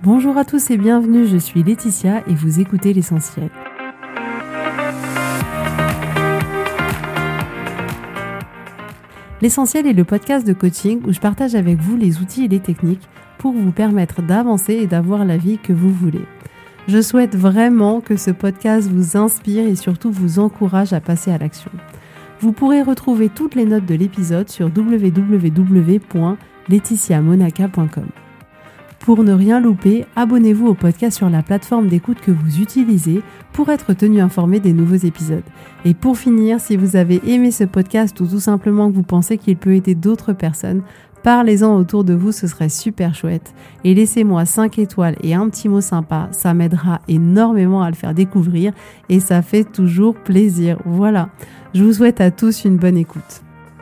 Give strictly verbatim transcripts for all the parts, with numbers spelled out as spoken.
Bonjour à tous et bienvenue, je suis Laetitia et vous écoutez L'Essentiel. L'Essentiel est le podcast de coaching où je partage avec vous les outils et les techniques pour vous permettre d'avancer et d'avoir la vie que vous voulez. Je souhaite vraiment que ce podcast vous inspire et surtout vous encourage à passer à l'action. Vous pourrez retrouver toutes les notes de l'épisode sur w w w point laetitia monaca point com. Pour ne rien louper, abonnez-vous au podcast sur la plateforme d'écoute que vous utilisez pour être tenu informé des nouveaux épisodes. Et pour finir, si vous avez aimé ce podcast ou tout simplement que vous pensez qu'il peut aider d'autres personnes, parlez-en autour de vous, ce serait super chouette. Et laissez-moi cinq étoiles et un petit mot sympa, ça m'aidera énormément à le faire découvrir et ça fait toujours plaisir. Voilà, je vous souhaite à tous une bonne écoute.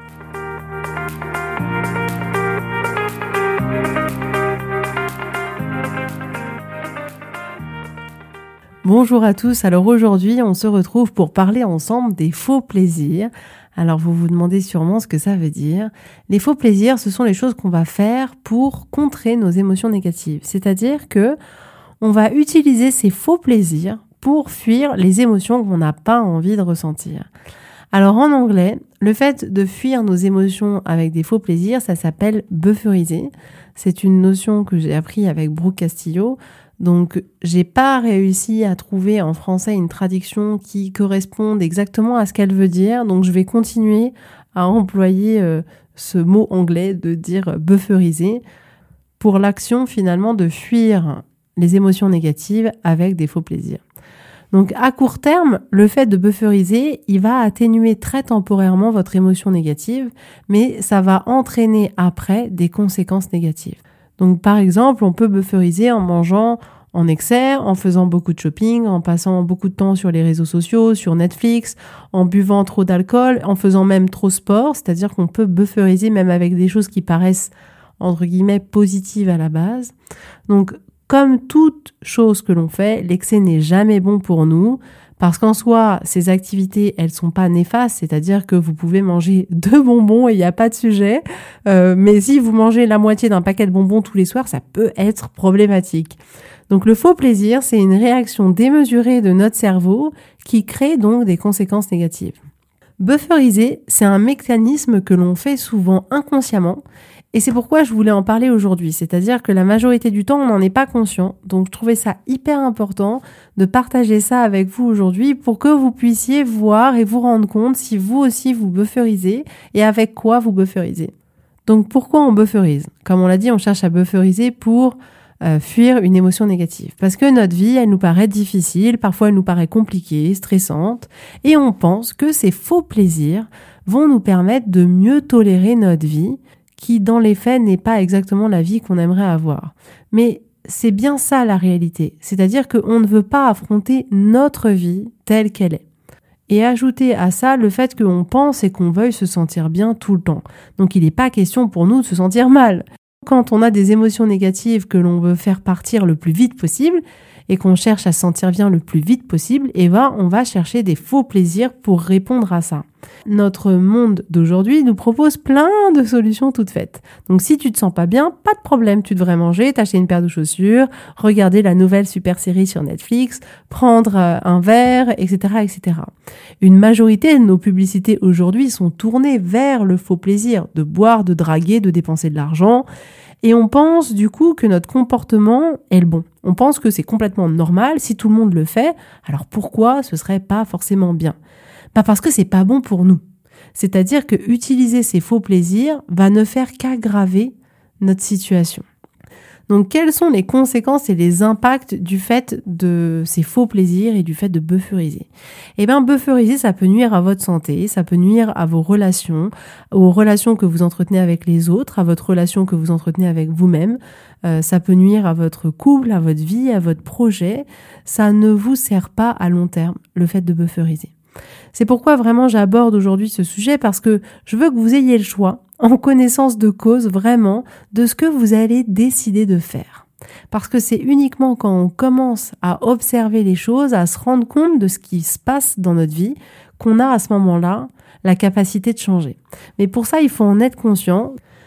Bonjour à tous, alors aujourd'hui on se retrouve pour parler ensemble des faux plaisirs. Alors vous vous demandez sûrement ce que ça veut dire. Les faux plaisirs, ce sont les choses qu'on va faire pour contrer nos émotions négatives. C'est-à-dire que on va utiliser ces faux plaisirs pour fuir les émotions qu'on n'a pas envie de ressentir. Alors en anglais, le fait de fuir nos émotions avec des faux plaisirs, ça s'appelle bufferiser. C'est une notion que j'ai appris avec Brooke Castillo. Donc, j'ai pas réussi à trouver en français une traduction qui corresponde exactement à ce qu'elle veut dire. Donc, je vais continuer à employer euh, ce mot anglais de dire bufferiser pour l'action finalement de fuir les émotions négatives avec des faux plaisirs. Donc, à court terme, le fait de bufferiser, il va atténuer très temporairement votre émotion négative, mais ça va entraîner après des conséquences négatives. Donc, par exemple, on peut bufferiser en mangeant en excès, en faisant beaucoup de shopping, en passant beaucoup de temps sur les réseaux sociaux, sur Netflix, en buvant trop d'alcool, en faisant même trop sport, c'est-à-dire qu'on peut bufferiser même avec des choses qui paraissent, entre guillemets, positives à la base. Donc, comme toute chose que l'on fait, l'excès n'est jamais bon pour nous, parce qu'en soi, ces activités, elles sont pas néfastes, c'est-à-dire que vous pouvez manger deux bonbons et il n'y a pas de sujet. Euh, mais si vous mangez la moitié d'un paquet de bonbons tous les soirs, ça peut être problématique. Donc le faux plaisir, c'est une réaction démesurée de notre cerveau qui crée donc des conséquences négatives. Bufferiser, c'est un mécanisme que l'on fait souvent inconsciemment. Et c'est pourquoi je voulais en parler aujourd'hui, c'est-à-dire que la majorité du temps, on n'en est pas conscient. Donc, je trouvais ça hyper important de partager ça avec vous aujourd'hui pour que vous puissiez voir et vous rendre compte si vous aussi vous bufferisez et avec quoi vous bufferisez. Donc, pourquoi on bufferise ? Comme on l'a dit, on cherche à bufferiser pour euh, fuir une émotion négative. Parce que notre vie, elle nous paraît difficile, parfois elle nous paraît compliquée, stressante, et on pense que ces faux plaisirs vont nous permettre de mieux tolérer notre vie, qui dans les faits n'est pas exactement la vie qu'on aimerait avoir. Mais c'est bien ça la réalité, c'est-à-dire qu'on ne veut pas affronter notre vie telle qu'elle est. Et ajouter à ça le fait qu'on pense et qu'on veuille se sentir bien tout le temps. Donc il n'est pas question pour nous de se sentir mal. Quand on a des émotions négatives que l'on veut faire partir le plus vite possible et qu'on cherche à se sentir bien le plus vite possible, et ben on va chercher des faux plaisirs pour répondre à ça. Notre monde d'aujourd'hui nous propose plein de solutions toutes faites. Donc si tu te sens pas bien, pas de problème, tu devrais manger, t'acheter une paire de chaussures, regarder la nouvelle super série sur Netflix, prendre un verre, et cetera, et cetera. Une majorité de nos publicités aujourd'hui sont tournées vers le faux plaisir, de boire, de draguer, de dépenser de l'argent. Et on pense du coup que notre comportement est le bon. On pense que c'est complètement normal, si tout le monde le fait, alors pourquoi ce serait pas forcément bien ? Pas parce que c'est pas bon pour nous. C'est-à-dire que utiliser ces faux plaisirs va ne faire qu'aggraver notre situation. Donc, quelles sont les conséquences et les impacts du fait de ces faux plaisirs et du fait de bufferiser ? Eh bien, bufferiser, ça peut nuire à votre santé, ça peut nuire à vos relations, aux relations que vous entretenez avec les autres, à votre relation que vous entretenez avec vous-même. Euh, ça peut nuire à votre couple, à votre vie, à votre projet. Ça ne vous sert pas à long terme, le fait de bufferiser. C'est pourquoi vraiment j'aborde aujourd'hui ce sujet, parce que je veux que vous ayez le choix, en connaissance de cause vraiment, de ce que vous allez décider de faire. Parce que c'est uniquement quand on commence à observer les choses, à se rendre compte de ce qui se passe dans notre vie, qu'on a à ce moment-là la capacité de changer. Mais pour ça, il faut en être conscient.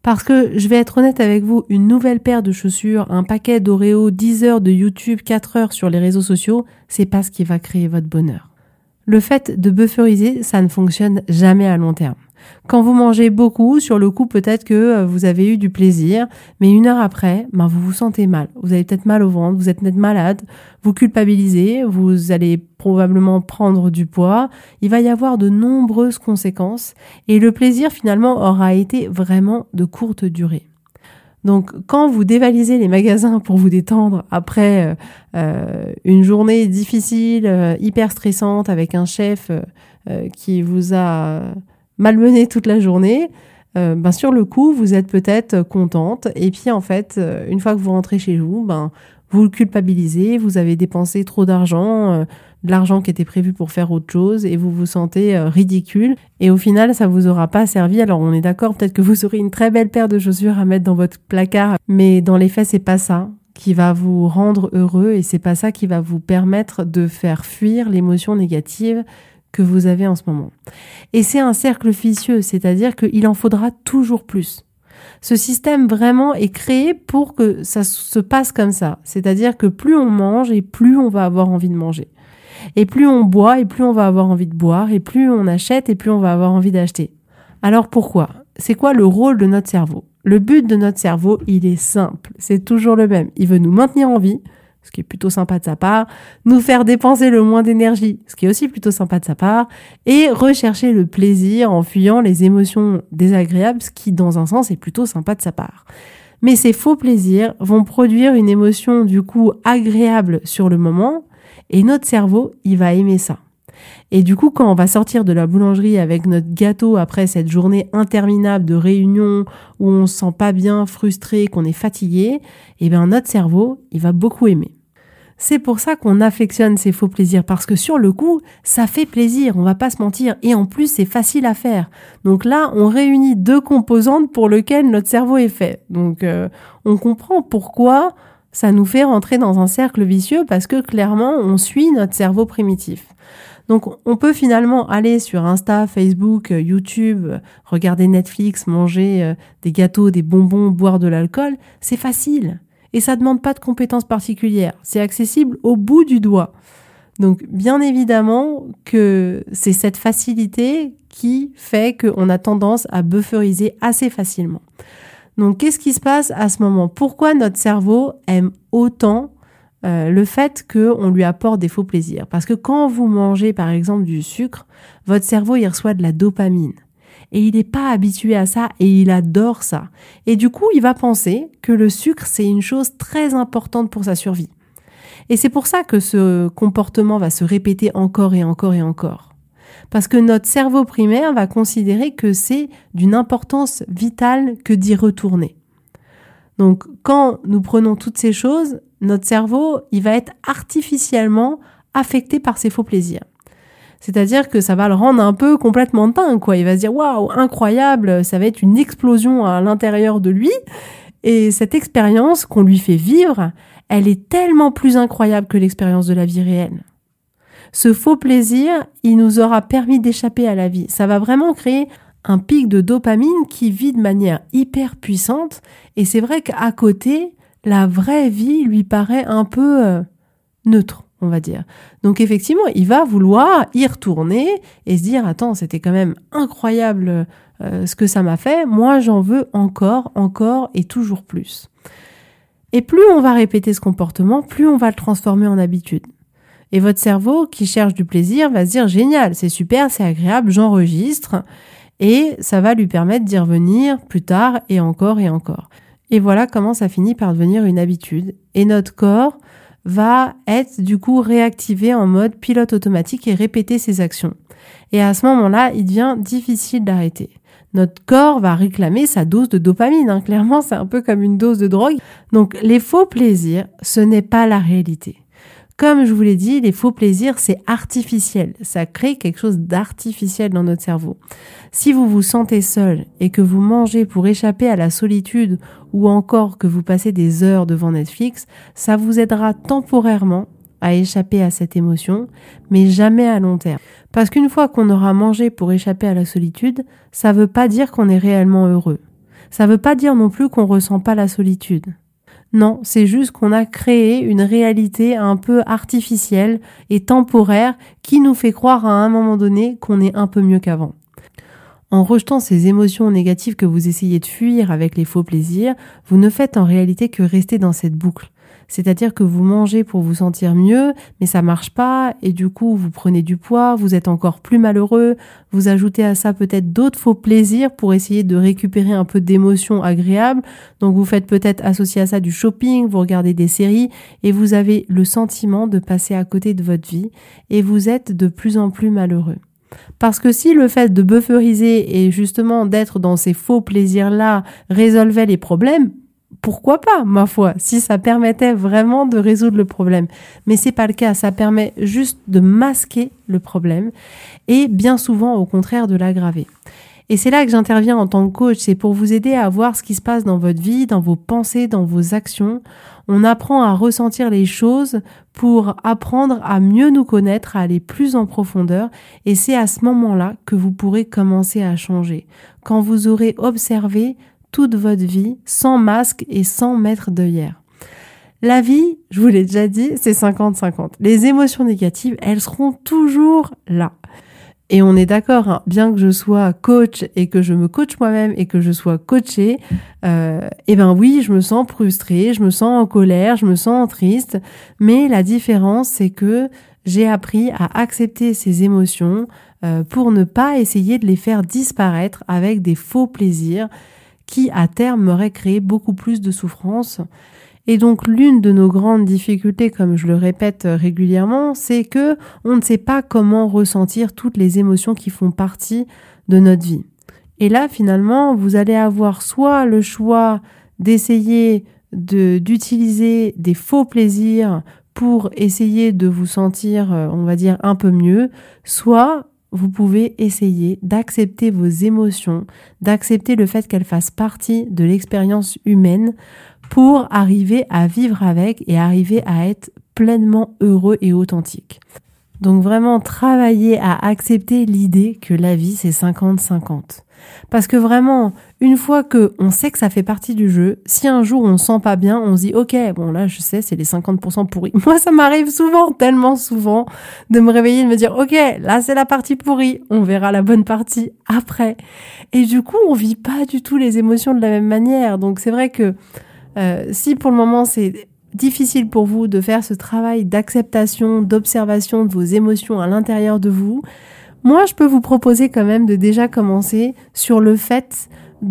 Parce que, je vais être honnête avec vous, une nouvelle paire de chaussures, un paquet d'Oreo, dix heures de YouTube, quatre heures sur les réseaux sociaux, c'est pas ce qui va créer votre bonheur. Le fait de bufferiser, ça ne fonctionne jamais à long terme. Quand vous mangez beaucoup, sur le coup, peut-être que vous avez eu du plaisir, mais une heure après, ben, vous vous sentez mal. Vous avez peut-être mal au ventre, vous êtes peut-être malade, vous culpabilisez, vous allez probablement prendre du poids. Il va y avoir de nombreuses conséquences et le plaisir, finalement, aura été vraiment de courte durée. Donc, quand vous dévalisez les magasins pour vous détendre après euh, une journée difficile, euh, hyper stressante, avec un chef euh, qui vous a malmené toute la journée, euh, ben sur le coup, vous êtes peut-être contente. Et puis, en fait, euh, une fois que vous rentrez chez vous, ben vous le culpabilisez, vous avez dépensé trop d'argent, euh, de l'argent qui était prévu pour faire autre chose, et vous vous sentez euh, ridicule. Et au final, ça vous aura pas servi. Alors, on est d'accord, peut-être que vous aurez une très belle paire de chaussures à mettre dans votre placard, mais dans les faits, c'est pas ça qui va vous rendre heureux, et c'est pas ça qui va vous permettre de faire fuir l'émotion négative que vous avez en ce moment. Et c'est un cercle vicieux, c'est-à-dire qu'il en faudra toujours plus. Ce système vraiment est créé pour que ça se passe comme ça. C'est-à-dire que plus on mange et plus on va avoir envie de manger. Et plus on boit et plus on va avoir envie de boire. Et plus on achète et plus on va avoir envie d'acheter. Alors pourquoi ? C'est quoi le rôle de notre cerveau ? Le but de notre cerveau, il est simple. C'est toujours le même. Il veut nous maintenir en vie, ce qui est plutôt sympa de sa part, nous faire dépenser le moins d'énergie, ce qui est aussi plutôt sympa de sa part, et rechercher le plaisir en fuyant les émotions désagréables, ce qui, dans un sens, est plutôt sympa de sa part. Mais ces faux plaisirs vont produire une émotion, du coup, agréable sur le moment, et notre cerveau, il va aimer ça. Et du coup, quand on va sortir de la boulangerie avec notre gâteau après cette journée interminable de réunion où on se sent pas bien, frustré, qu'on est fatigué, eh bien notre cerveau, il va beaucoup aimer. C'est pour ça qu'on affectionne ces faux plaisirs, parce que sur le coup, ça fait plaisir, on va pas se mentir, et en plus c'est facile à faire. Donc là, on réunit deux composantes pour lesquelles notre cerveau est fait. Donc euh, on comprend pourquoi ça nous fait rentrer dans un cercle vicieux, parce que clairement, on suit notre cerveau primitif. Donc on peut finalement aller sur Insta, Facebook, YouTube, regarder Netflix, manger euh, des gâteaux, des bonbons, boire de l'alcool, c'est facile. Et ça ne demande pas de compétences particulières. C'est accessible au bout du doigt. Donc, bien évidemment que c'est cette facilité qui fait qu'on a tendance à bufferiser assez facilement. Donc, qu'est-ce qui se passe à ce moment ? Pourquoi notre cerveau aime autant euh, le fait qu'on lui apporte des faux plaisirs ? Parce que quand vous mangez, par exemple, du sucre, votre cerveau, il reçoit de la dopamine. Et il n'est pas habitué à ça et il adore ça. Et du coup, il va penser que le sucre, c'est une chose très importante pour sa survie. Et c'est pour ça que ce comportement va se répéter encore et encore et encore. Parce que notre cerveau primaire va considérer que c'est d'une importance vitale que d'y retourner. Donc, quand nous prenons toutes ces choses, notre cerveau, il va être artificiellement affecté par ces faux plaisirs. C'est-à-dire que ça va le rendre un peu complètement dingue, quoi. Il va se dire, waouh, incroyable, ça va être une explosion à l'intérieur de lui. Et cette expérience qu'on lui fait vivre, elle est tellement plus incroyable que l'expérience de la vie réelle. Ce faux plaisir, il nous aura permis d'échapper à la vie. Ça va vraiment créer un pic de dopamine qui vit de manière hyper puissante. Et c'est vrai qu'à côté, la vraie vie lui paraît un peu euh, neutre, on va dire. Donc effectivement, il va vouloir y retourner et se dire, attends, c'était quand même incroyable euh, ce que ça m'a fait. Moi, j'en veux encore, encore et toujours plus. Et plus on va répéter ce comportement, plus on va le transformer en habitude. Et votre cerveau, qui cherche du plaisir, va se dire, génial, c'est super, c'est agréable, j'enregistre. Et ça va lui permettre d'y revenir plus tard et encore et encore. Et voilà comment ça finit par devenir une habitude. Et notre corps va être du coup réactivé en mode pilote automatique et répéter ses actions. Et à ce moment-là, il devient difficile d'arrêter. Notre corps va réclamer sa dose de dopamine. Hein. Clairement, c'est un peu comme une dose de drogue. Donc, les faux plaisirs, ce n'est pas la réalité. Comme je vous l'ai dit, les faux plaisirs, c'est artificiel. Ça crée quelque chose d'artificiel dans notre cerveau. Si vous vous sentez seul et que vous mangez pour échapper à la solitude ou encore que vous passez des heures devant Netflix, ça vous aidera temporairement à échapper à cette émotion, mais jamais à long terme. Parce qu'une fois qu'on aura mangé pour échapper à la solitude, ça ne veut pas dire qu'on est réellement heureux. Ça ne veut pas dire non plus qu'on ne ressent pas la solitude. Non, c'est juste qu'on a créé une réalité un peu artificielle et temporaire qui nous fait croire à un moment donné qu'on est un peu mieux qu'avant. En rejetant ces émotions négatives que vous essayez de fuir avec les faux plaisirs, vous ne faites en réalité que rester dans cette boucle. C'est-à-dire que vous mangez pour vous sentir mieux, mais ça marche pas, et du coup vous prenez du poids, vous êtes encore plus malheureux, vous ajoutez à ça peut-être d'autres faux plaisirs pour essayer de récupérer un peu d'émotions agréables, donc vous faites peut-être associer à ça du shopping, vous regardez des séries, et vous avez le sentiment de passer à côté de votre vie, et vous êtes de plus en plus malheureux. Parce que si le fait de bufferiser et justement d'être dans ces faux plaisirs-là résolvait les problèmes, pourquoi pas, ma foi, si ça permettait vraiment de résoudre le problème. Mais c'est pas le cas, ça permet juste de masquer le problème et bien souvent, au contraire, de l'aggraver. Et c'est là que j'interviens en tant que coach, c'est pour vous aider à voir ce qui se passe dans votre vie, dans vos pensées, dans vos actions. On apprend à ressentir les choses pour apprendre à mieux nous connaître, à aller plus en profondeur. Et c'est à ce moment-là que vous pourrez commencer à changer. Quand vous aurez observé toute votre vie sans masque et sans mettre d'œillère. La vie, je vous l'ai déjà dit, c'est cinquante cinquante. Les émotions négatives, elles seront toujours là. Et on est d'accord, hein, bien que je sois coach et que je me coach moi-même et que je sois coachée, euh, eh ben oui, je me sens frustrée, je me sens en colère, je me sens triste. Mais la différence, c'est que j'ai appris à accepter ces émotions euh, pour ne pas essayer de les faire disparaître avec des faux plaisirs qui, à terme, m'auraient créé beaucoup plus de souffrance. Et donc, l'une de nos grandes difficultés, comme je le répète régulièrement, c'est que on ne sait pas comment ressentir toutes les émotions qui font partie de notre vie. Et là, finalement, vous allez avoir soit le choix d'essayer de, d'utiliser des faux plaisirs pour essayer de vous sentir, on va dire, un peu mieux, soit vous pouvez essayer d'accepter vos émotions, d'accepter le fait qu'elles fassent partie de l'expérience humaine pour arriver à vivre avec et arriver à être pleinement heureux et authentique. Donc vraiment travailler à accepter l'idée que la vie c'est cinquante cinquante. Parce que vraiment, une fois que on sait que ça fait partie du jeu, si un jour on se sent pas bien, on se dit ok, bon là je sais c'est les cinquante pour cent pourris. Moi ça m'arrive souvent, tellement souvent, de me réveiller et de me dire ok, là c'est la partie pourrie, on verra la bonne partie après. Et du coup on vit pas du tout les émotions de la même manière. Donc c'est vrai que euh, si pour le moment c'est difficile pour vous de faire ce travail d'acceptation, d'observation de vos émotions à l'intérieur de vous, moi, je peux vous proposer quand même de déjà commencer sur le fait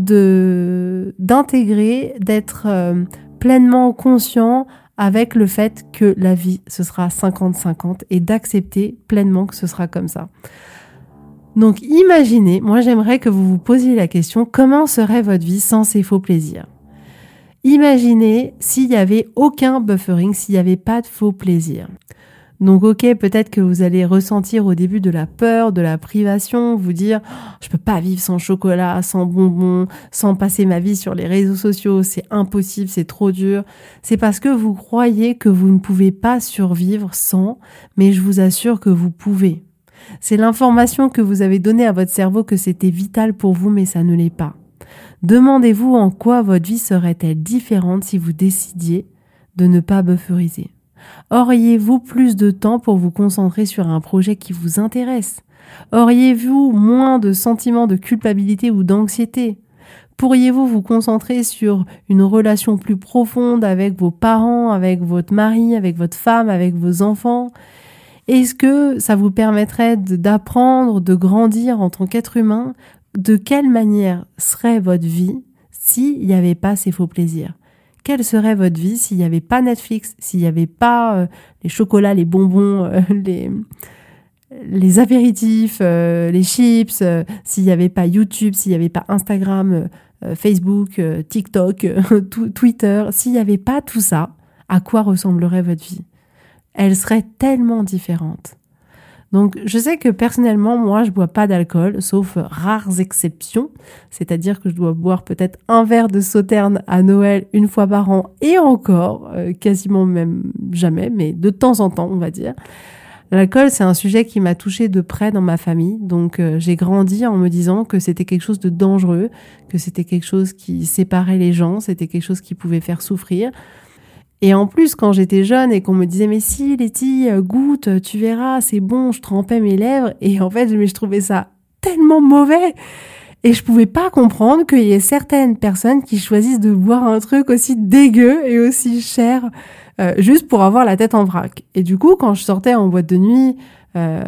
de d'intégrer, d'être euh, pleinement conscient avec le fait que la vie, ce sera cinquante cinquante et d'accepter pleinement que ce sera comme ça. Donc, imaginez, moi j'aimerais que vous vous posiez la question, comment serait votre vie sans ces faux plaisirs ? Imaginez s'il n'y avait aucun buffering, s'il n'y avait pas de faux plaisirs. Donc ok, peut-être que vous allez ressentir au début de la peur, de la privation, vous dire oh, je peux pas vivre sans chocolat, sans bonbons, sans passer ma vie sur les réseaux sociaux, c'est impossible, c'est trop dur. C'est parce que vous croyez que vous ne pouvez pas survivre sans, mais je vous assure que vous pouvez. C'est l'information que vous avez donnée à votre cerveau que c'était vital pour vous, mais ça ne l'est pas. Demandez-vous en quoi votre vie serait-elle différente si vous décidiez de ne pas bufferiser. Auriez-vous plus de temps pour vous concentrer sur un projet qui vous intéresse ? Auriez-vous moins de sentiments de culpabilité ou d'anxiété ? Pourriez-vous vous concentrer sur une relation plus profonde avec vos parents, avec votre mari, avec votre femme, avec vos enfants ? Est-ce que ça vous permettrait d'apprendre, de grandir en tant qu'être humain ? De quelle manière serait votre vie s'il n'y avait pas ces faux plaisirs ? Quelle serait votre vie s'il n'y avait pas Netflix, s'il n'y avait pas euh, les chocolats, les bonbons, euh, les, les apéritifs, euh, les chips, euh, s'il n'y avait pas YouTube, s'il n'y avait pas Instagram, euh, Facebook, euh, TikTok, euh, Twitter, s'il n'y avait pas tout ça, à quoi ressemblerait votre vie ? Elle serait tellement différente. Donc, je sais que personnellement, moi, je bois pas d'alcool, sauf rares exceptions. C'est-à-dire que je dois boire peut-être un verre de Sauterne à Noël une fois par an et encore, euh, quasiment même jamais, mais de temps en temps, on va dire. L'alcool, c'est un sujet qui m'a touchée de près dans ma famille. Donc, euh, j'ai grandi en me disant que c'était quelque chose de dangereux, que c'était quelque chose qui séparait les gens, c'était quelque chose qui pouvait faire souffrir. Et en plus, quand j'étais jeune et qu'on me disait « Mais si, Letty, goûte, tu verras, c'est bon », je trempais mes lèvres. Et en fait, mais je trouvais ça tellement mauvais. Et je pouvais pas comprendre qu'il y ait certaines personnes qui choisissent de boire un truc aussi dégueu et aussi cher euh, juste pour avoir la tête en vrac. Et du coup, quand je sortais en boîte de nuit, euh,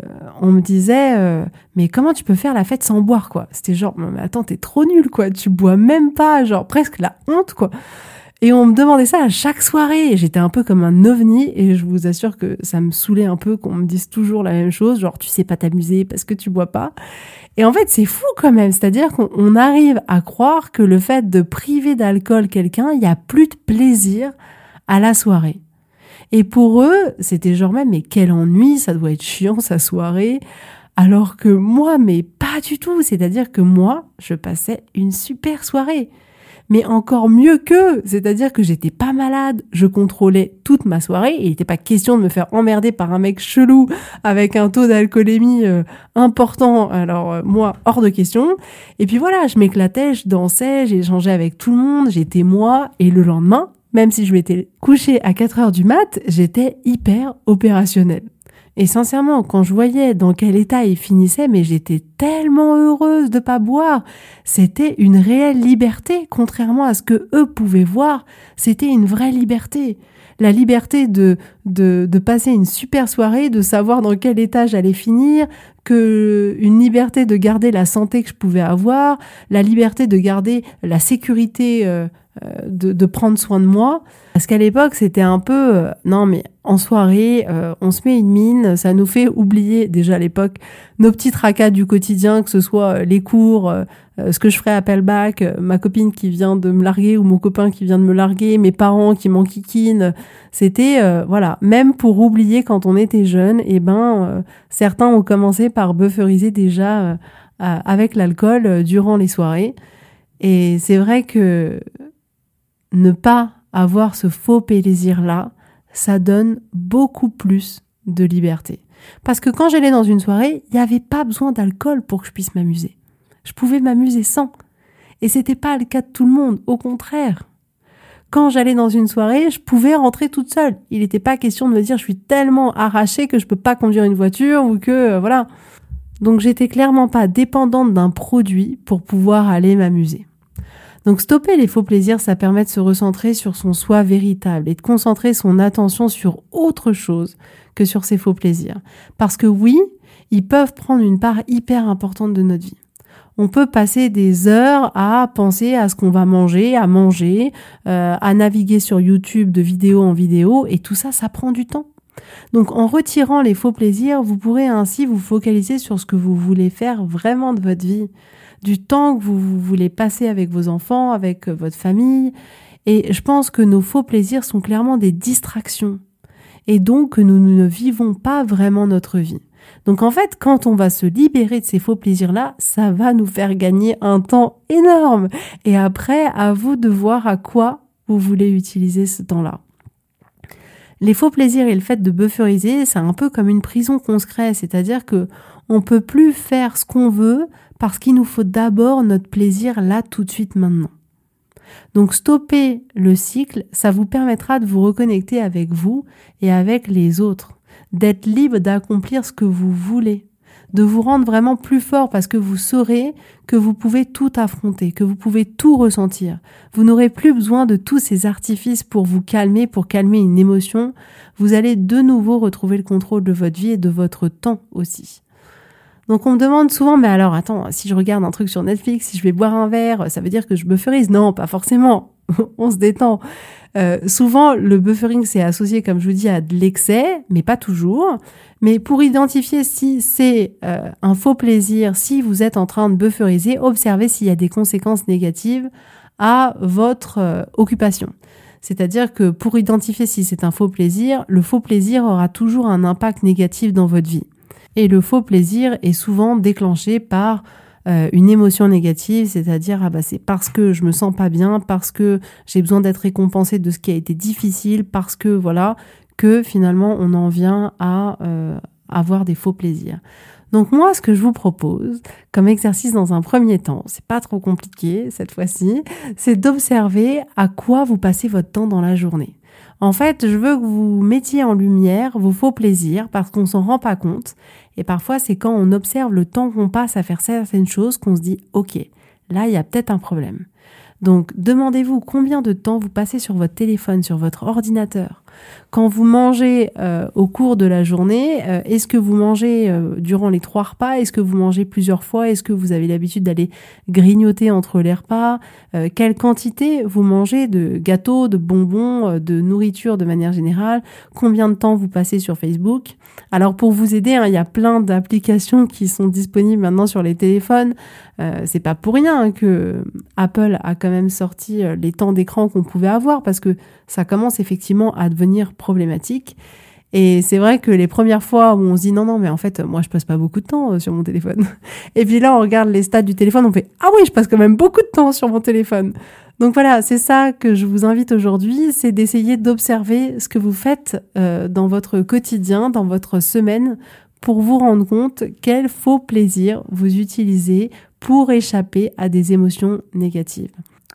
on me disait euh, mais comment tu peux faire la fête sans boire, quoi. C'était genre mais attends, t'es trop nul, quoi. Tu bois même pas, genre presque la honte, quoi. Et on me demandait ça à chaque soirée. Et j'étais un peu comme un ovni. Et je vous assure que ça me saoulait un peu qu'on me dise toujours la même chose. Genre, tu sais pas t'amuser parce que tu bois pas. Et en fait, c'est fou quand même. C'est-à-dire qu'on arrive à croire que le fait de priver d'alcool quelqu'un, il y a plus de plaisir à la soirée. Et pour eux, c'était genre même, mais quel ennui, ça doit être chiant sa soirée. Alors que moi, mais pas du tout. C'est-à-dire que moi, je passais une super soirée. Mais encore mieux qu'eux, c'est-à-dire que j'étais pas malade, je contrôlais toute ma soirée et il n'était pas question de me faire emmerder par un mec chelou avec un taux d'alcoolémie euh, important, alors euh, moi, hors de question. Et puis voilà, je m'éclatais, je dansais, j'échangeais avec tout le monde, j'étais moi, et le lendemain, même si je m'étais couchée à quatre heures du mat, j'étais hyper opérationnelle. Et sincèrement, quand je voyais dans quel état ils finissaient, mais j'étais tellement heureuse de pas boire. C'était une réelle liberté, contrairement à ce que eux pouvaient voir. C'était une vraie liberté. La liberté de, de, de passer une super soirée, de savoir dans quel état j'allais finir, que une liberté de garder la santé que je pouvais avoir, la liberté de garder la sécurité euh, de, de prendre soin de moi. Parce qu'à l'époque, c'était un peu... Euh, non, mais en soirée, euh, on se met une mine, ça nous fait oublier, déjà à l'époque, nos petits tracas du quotidien, que ce soit les cours, euh, ce que je ferais à Pellback, euh, ma copine qui vient de me larguer ou mon copain qui vient de me larguer, mes parents qui m'enquiquinent. C'était, euh, voilà, même pour oublier quand on était jeune, eh ben, euh, certains ont commencé par bufferiser déjà euh, avec l'alcool euh, durant les soirées. Et c'est vrai que ne pas avoir ce faux plaisir-là, ça donne beaucoup plus de liberté. Parce que quand j'allais dans une soirée, il n'y avait pas besoin d'alcool pour que je puisse m'amuser. Je pouvais m'amuser sans. Et c'était pas le cas de tout le monde, au contraire. Quand j'allais dans une soirée, je pouvais rentrer toute seule. Il n'était pas question de me dire je suis tellement arrachée que je peux pas conduire une voiture ou que, euh, voilà. Donc j'étais clairement pas dépendante d'un produit pour pouvoir aller m'amuser. Donc stopper les faux plaisirs, ça permet de se recentrer sur son soi véritable et de concentrer son attention sur autre chose que sur ses faux plaisirs. Parce que oui, ils peuvent prendre une part hyper importante de notre vie. On peut passer des heures à penser à ce qu'on va manger, à manger, euh, à naviguer sur YouTube de vidéo en vidéo, et tout ça, ça prend du temps. Donc en retirant les faux plaisirs, vous pourrez ainsi vous focaliser sur ce que vous voulez faire vraiment de votre vie, du temps que vous, vous voulez passer avec vos enfants, avec votre famille. Et je pense que nos faux plaisirs sont clairement des distractions. Et donc que nous ne vivons pas vraiment notre vie. Donc en fait, quand on va se libérer de ces faux plaisirs-là, ça va nous faire gagner un temps énorme. Et après, à vous de voir à quoi vous voulez utiliser ce temps-là. Les faux plaisirs et le fait de bufferiser, c'est un peu comme une prison qu'on se crée, c'est-à-dire que on peut plus faire ce qu'on veut parce qu'il nous faut d'abord notre plaisir là tout de suite maintenant. Donc stopper le cycle, ça vous permettra de vous reconnecter avec vous et avec les autres, d'être libre d'accomplir ce que vous voulez, de vous rendre vraiment plus fort parce que vous saurez que vous pouvez tout affronter, que vous pouvez tout ressentir. Vous n'aurez plus besoin de tous ces artifices pour vous calmer, pour calmer une émotion. Vous allez de nouveau retrouver le contrôle de votre vie et de votre temps aussi. Donc on me demande souvent, mais alors attends, si je regarde un truc sur Netflix, si je vais boire un verre, ça veut dire que je bufferise? Non, pas forcément. On se détend. Euh, souvent, le buffering, c'est associé, comme je vous dis, à de l'excès, mais pas toujours. Mais pour identifier si c'est euh, un faux plaisir, si vous êtes en train de bufferiser, observez s'il y a des conséquences négatives à votre euh, occupation. C'est-à-dire que pour identifier si c'est un faux plaisir, le faux plaisir aura toujours un impact négatif dans votre vie. Et le faux plaisir est souvent déclenché par euh, une émotion négative, c'est-à-dire ah bah c'est parce que je me sens pas bien, parce que j'ai besoin d'être récompensée de ce qui a été difficile, parce que voilà, que finalement on en vient à euh, avoir des faux plaisirs. Donc moi, ce que je vous propose comme exercice dans un premier temps, c'est pas trop compliqué cette fois-ci, c'est d'observer à quoi vous passez votre temps dans la journée. En fait, je veux que vous mettiez en lumière vos faux plaisirs parce qu'on s'en rend pas compte. Et parfois, c'est quand on observe le temps qu'on passe à faire certaines choses qu'on se dit « Ok, là, il y a peut-être un problème ». Donc, demandez-vous combien de temps vous passez sur votre téléphone, sur votre ordinateur. Quand vous mangez euh, au cours de la journée, euh, est-ce que vous mangez euh, durant les trois repas? Est-ce que vous mangez plusieurs fois? Est-ce que vous avez l'habitude d'aller grignoter entre les repas? euh, Quelle quantité vous mangez de gâteaux, de bonbons, euh, de nourriture de manière générale? Combien de temps vous passez sur Facebook? Alors, pour vous aider, hein, il y a plein d'applications qui sont disponibles maintenant sur les téléphones. Euh, c'est pas pour rien hein, que Apple a quand même sorti euh, les temps d'écran qu'on pouvait avoir parce que ça commence effectivement à devenir problématique. Et c'est vrai que les premières fois où on se dit non, non, mais en fait, moi, je passe pas beaucoup de temps euh, sur mon téléphone. Et puis là, on regarde les stats du téléphone, on fait ah oui, je passe quand même beaucoup de temps sur mon téléphone. Donc voilà, c'est ça que je vous invite aujourd'hui, c'est d'essayer d'observer ce que vous faites euh, dans votre quotidien, dans votre semaine, pour vous rendre compte quel faux plaisir vous utilisez pour échapper à des émotions négatives.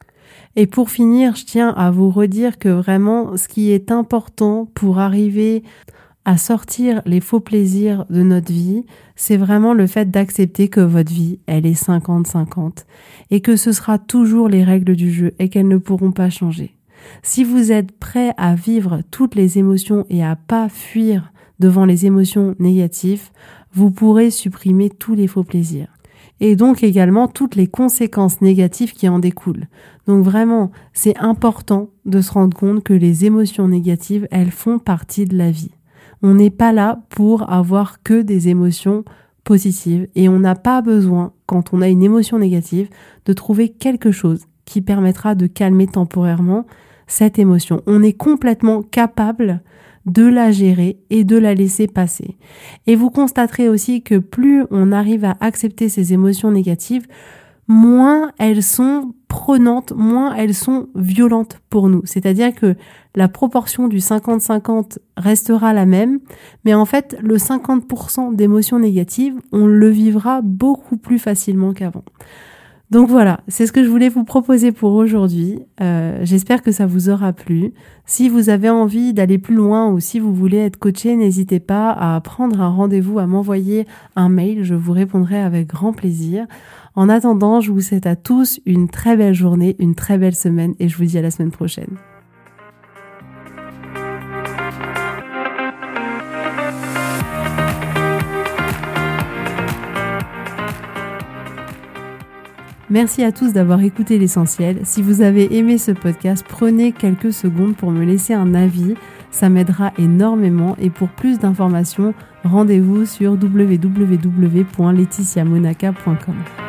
Et pour finir, je tiens à vous redire que vraiment, ce qui est important pour arriver à sortir les faux plaisirs de notre vie, c'est vraiment le fait d'accepter que votre vie, elle est cinquante cinquante et que ce sera toujours les règles du jeu et qu'elles ne pourront pas changer. Si vous êtes prêt à vivre toutes les émotions et à pas fuir devant les émotions négatives, vous pourrez supprimer tous les faux plaisirs. Et donc également toutes les conséquences négatives qui en découlent. Donc vraiment, c'est important de se rendre compte que les émotions négatives, elles font partie de la vie. On n'est pas là pour avoir que des émotions positives et on n'a pas besoin, quand on a une émotion négative, de trouver quelque chose qui permettra de calmer temporairement cette émotion. On est complètement capable de la gérer et de la laisser passer. Et vous constaterez aussi que plus on arrive à accepter ces émotions négatives, moins elles sont prenantes, moins elles sont violentes pour nous. C'est-à-dire que la proportion du cinquante cinquante restera la même, mais en fait, le cinquante pour cent d'émotions négatives, on le vivra beaucoup plus facilement qu'avant. Donc voilà, c'est ce que je voulais vous proposer pour aujourd'hui. Euh, j'espère que ça vous aura plu. Si vous avez envie d'aller plus loin ou si vous voulez être coaché, n'hésitez pas à prendre un rendez-vous, à m'envoyer un mail. Je vous répondrai avec grand plaisir. En attendant, je vous souhaite à tous une très belle journée, une très belle semaine et je vous dis à la semaine prochaine. Merci à tous d'avoir écouté l'essentiel. Si vous avez aimé ce podcast, prenez quelques secondes pour me laisser un avis. Ça m'aidera énormément et pour plus d'informations, rendez-vous sur w w w point laetitia monaca point com.